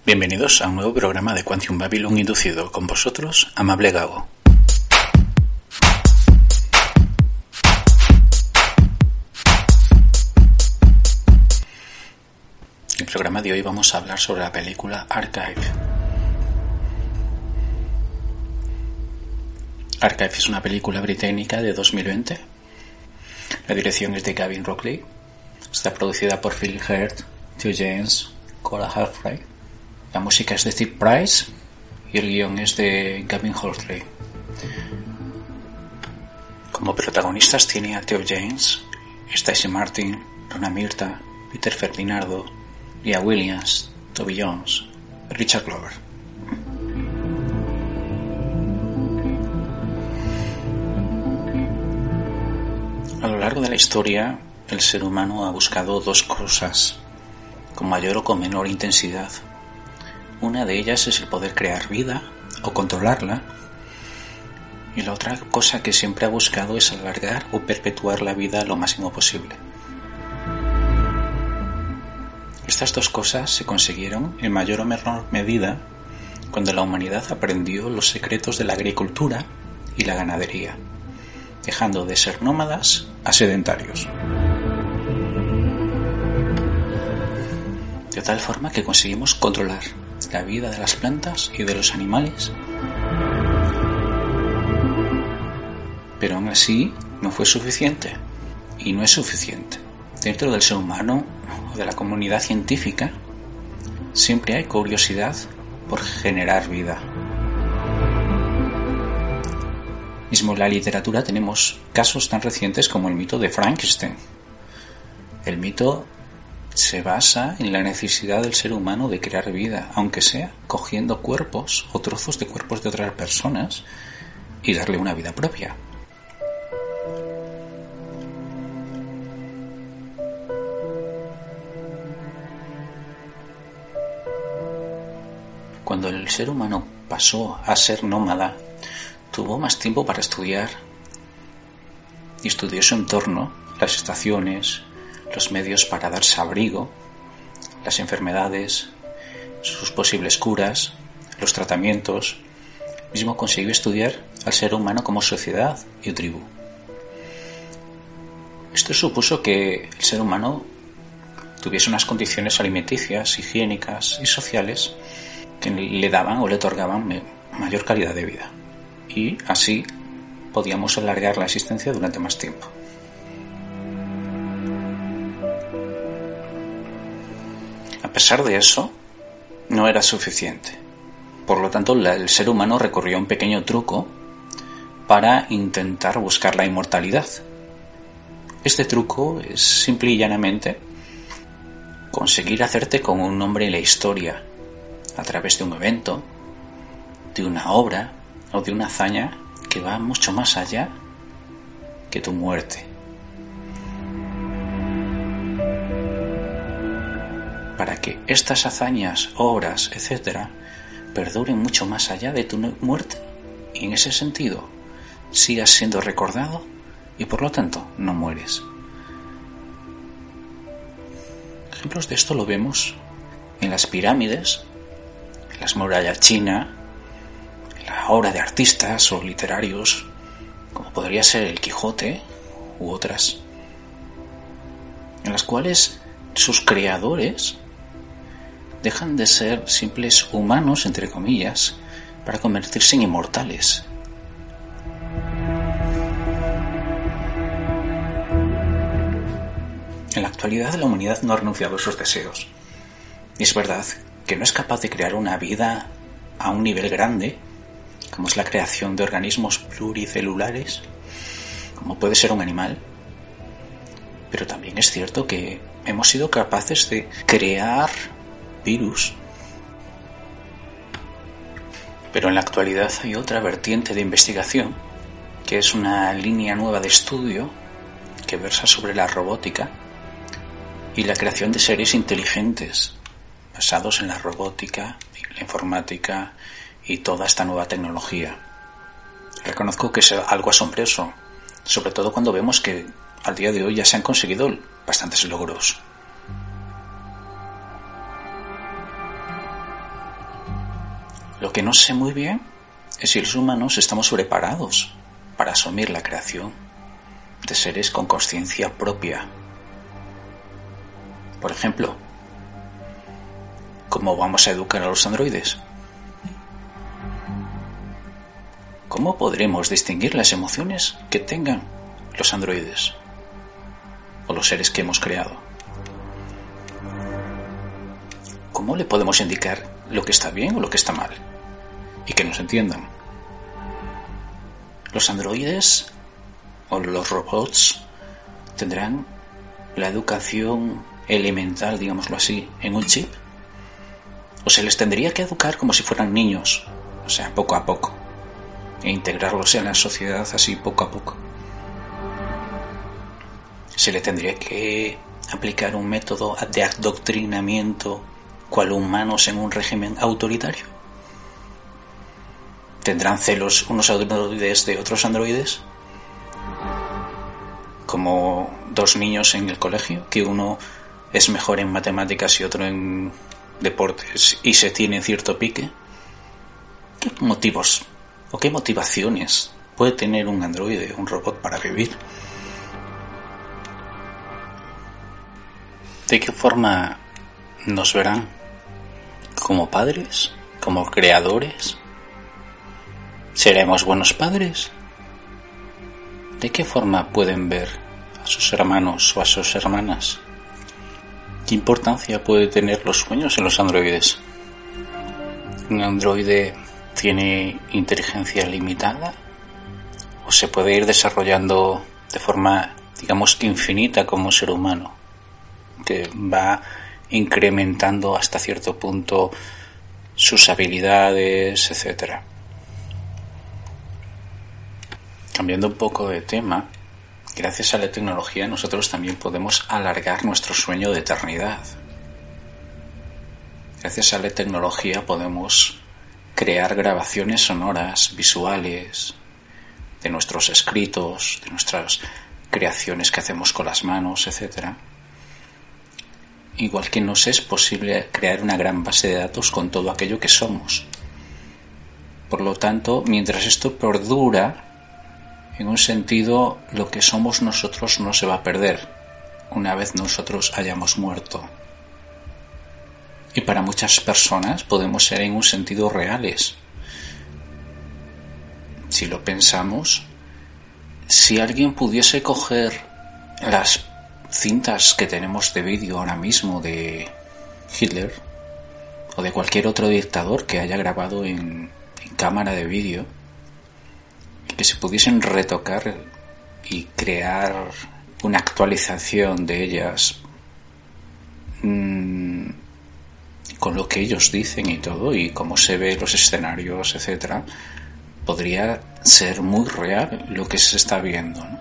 Bienvenidos a un nuevo programa de Quantum Babylon inducido con vosotros, amable Gago. En el programa de hoy vamos a hablar sobre la película Archive. Archive es una película británica de 2020. La dirección es de Gavin Rockley. Está producida por Phil Heard, Theo James, Cora Halfray. La música es de Steve Price y el guión es de Gavin Halfray. Como protagonistas tiene a Theo James, Stacey Martin, Rona Mirta, Peter Ferdinando, Leah Williams, Toby Jones y Richard Glover. A lo largo de la historia, el ser humano ha buscado dos cosas, con mayor o con menor intensidad. Una de ellas es el poder crear vida o controlarla, y la otra cosa que siempre ha buscado es alargar o perpetuar la vida lo máximo posible. Estas dos cosas se consiguieron en mayor o menor medida cuando la humanidad aprendió los secretos de la agricultura y la ganadería, dejando de ser nómadas a sedentarios. De tal forma que conseguimos controlar la vida de las plantas y de los animales. Pero aún así no fue suficiente, y no es suficiente. Dentro del ser humano o de la comunidad científica siempre hay curiosidad por generar vida. Mismo en la literatura tenemos casos tan recientes como el mito de Frankenstein. El mito se basa en la necesidad del ser humano de crear vida, aunque sea cogiendo cuerpos o trozos de cuerpos de otras personas y darle una vida propia. Cuando el ser humano pasó a ser nómada, tuvo más tiempo para estudiar y estudió su entorno, las estaciones, los medios para darse abrigo, las enfermedades, sus posibles curas, los tratamientos. Mismo consiguió estudiar al ser humano como sociedad y tribu. Esto supuso que el ser humano tuviese unas condiciones alimenticias, higiénicas y sociales que le daban o le otorgaban mayor calidad de vida. Y así podíamos alargar la existencia durante más tiempo. A pesar de eso, no era suficiente. Por lo tanto, el ser humano recurrió a un pequeño truco para intentar buscar la inmortalidad. Este truco es simple y llanamente conseguir hacerte con un nombre en la historia a través de un evento, de una obra o de una hazaña que va mucho más allá que tu muerte. Para que estas hazañas, obras, etc., perduren mucho más allá de tu muerte y en ese sentido sigas siendo recordado y por lo tanto no mueres. Ejemplos de esto lo vemos en las pirámides, en las murallas chinas, en la obra de artistas o literarios como podría ser el Quijote u otras, en las cuales sus creadores dejan de ser simples humanos, entre comillas, para convertirse en inmortales. En la actualidad la humanidad no ha renunciado a esos deseos. Y es verdad que no es capaz de crear una vida a un nivel grande, como es la creación de organismos pluricelulares, como puede ser un animal. Pero también es cierto que hemos sido capaces de crear virus. Pero en la actualidad hay otra vertiente de investigación, que es una línea nueva de estudio que versa sobre la robótica y la creación de seres inteligentes basados en la robótica, la informática y toda esta nueva tecnología. Reconozco que es algo asombroso, sobre todo cuando vemos que al día de hoy ya se han conseguido bastantes logros. Lo que no sé muy bien es si los humanos estamos preparados para asumir la creación de seres con conciencia propia. Por ejemplo, ¿cómo vamos a educar a los androides? ¿Cómo podremos distinguir las emociones que tengan los androides o los seres que hemos creado? ¿Cómo le podemos indicar lo que está bien o lo que está mal? Y que nos entiendan. Los androides o los robots tendrán la educación elemental, digámoslo así, en un chip. O se les tendría que educar como si fueran niños, o sea, poco a poco, e integrarlos en la sociedad así poco a poco. Se le tendría que aplicar un método de adoctrinamiento cual humanos en un régimen autoritario. ¿Tendrán celos unos androides de otros androides? Como dos niños en el colegio, que uno es mejor en matemáticas y otro en deportes y se tiene cierto pique. ¿Qué motivos o qué motivaciones puede tener un androide, un robot para vivir? ¿De qué forma nos verán? ¿Como padres? ¿Como creadores? ¿Seremos buenos padres? ¿De qué forma pueden ver a sus hermanos o a sus hermanas? ¿Qué importancia puede tener los sueños en los androides? ¿Un androide tiene inteligencia limitada? ¿O se puede ir desarrollando de forma, digamos, infinita como un ser humano? Que va incrementando hasta cierto punto sus habilidades, etcétera. Cambiando un poco de tema, gracias a la tecnología nosotros también podemos alargar nuestro sueño de eternidad. Gracias a la tecnología podemos crear grabaciones sonoras, visuales, de nuestros escritos, de nuestras creaciones que hacemos con las manos, etcétera. Igual que nos es posible crear una gran base de datos con todo aquello que somos. Por lo tanto, mientras esto perdura, en un sentido, lo que somos nosotros no se va a perder una vez nosotros hayamos muerto. Y para muchas personas podemos ser en un sentido reales. Si lo pensamos, si alguien pudiese coger las cintas que tenemos de vídeo ahora mismo de Hitler o de cualquier otro dictador que haya grabado en cámara de vídeo, que se pudiesen retocar y crear una actualización de ellas con lo que ellos dicen y todo, y cómo se ve los escenarios, etcétera, podría ser muy real lo que se está viendo, ¿no?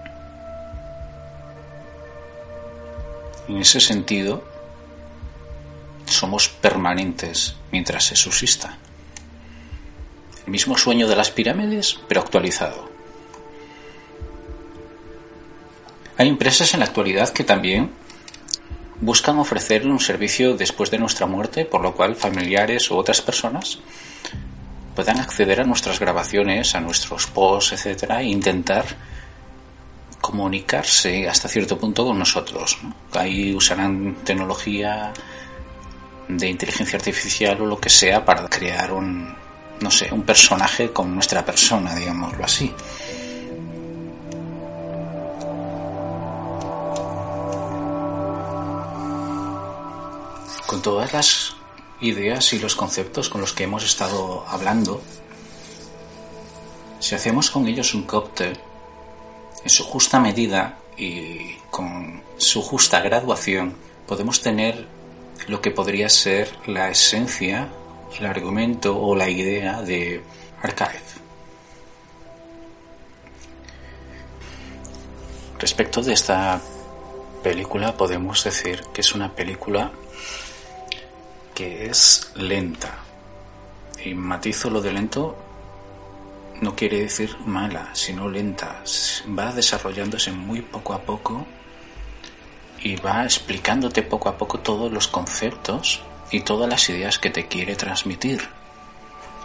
En ese sentido, somos permanentes mientras eso exista. El mismo sueño de las pirámides, pero actualizado. Hay empresas en la actualidad que también buscan ofrecer un servicio después de nuestra muerte, por lo cual familiares u otras personas puedan acceder a nuestras grabaciones, a nuestros posts, etcétera, e intentar comunicarse hasta cierto punto con nosotros, ¿no? Ahí usarán tecnología de inteligencia artificial o lo que sea para crear un personaje con nuestra persona, digámoslo así. Con todas las ideas y los conceptos con los que hemos estado hablando, si hacemos con ellos un cóctel en su justa medida y con su justa graduación, podemos tener lo que podría ser la esencia, el argumento o la idea de Archive. Respecto de esta película, podemos decir que es una película que es lenta. Y matizo lo de lento, no quiere decir mala, sino lenta. Va desarrollándose muy poco a poco y va explicándote poco a poco todos los conceptos y todas las ideas que te quiere transmitir.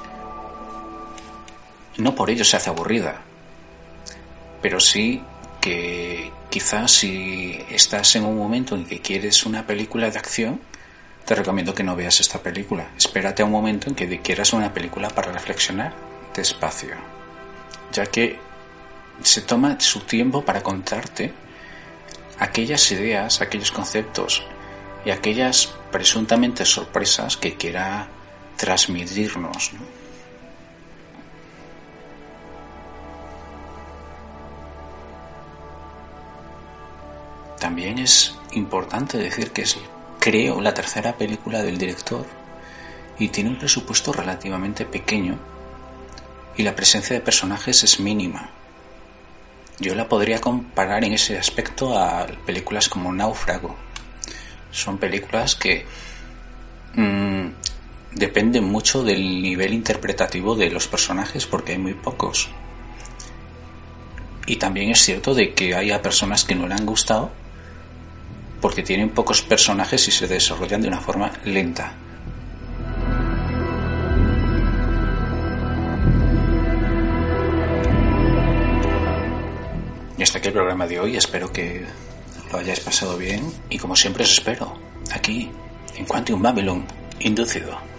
no por ello se hace aburrida, pero sí que quizás si estás en un momento en que quieres una película de acción, te recomiendo que no veas esta película. Espérate a un momento en que quieras una película para reflexionar despacio, ya que se toma su tiempo para contarte aquellas ideas, aquellos conceptos y aquellas presuntamente sorpresas que quiera transmitirnos, ¿no? También es importante decir que es, creo, la tercera película del director y tiene un presupuesto relativamente pequeño y la presencia de personajes es mínima. Yo la podría comparar en ese aspecto a películas como Náufrago. Son películas que dependen mucho del nivel interpretativo de los personajes porque hay muy pocos. Y también es cierto de que hay a personas que no le han gustado porque tienen pocos personajes y se desarrollan de una forma lenta. Y hasta aquí el programa de hoy. Espero que lo hayáis pasado bien y como siempre os espero aquí en Quantum Babylon Inducido.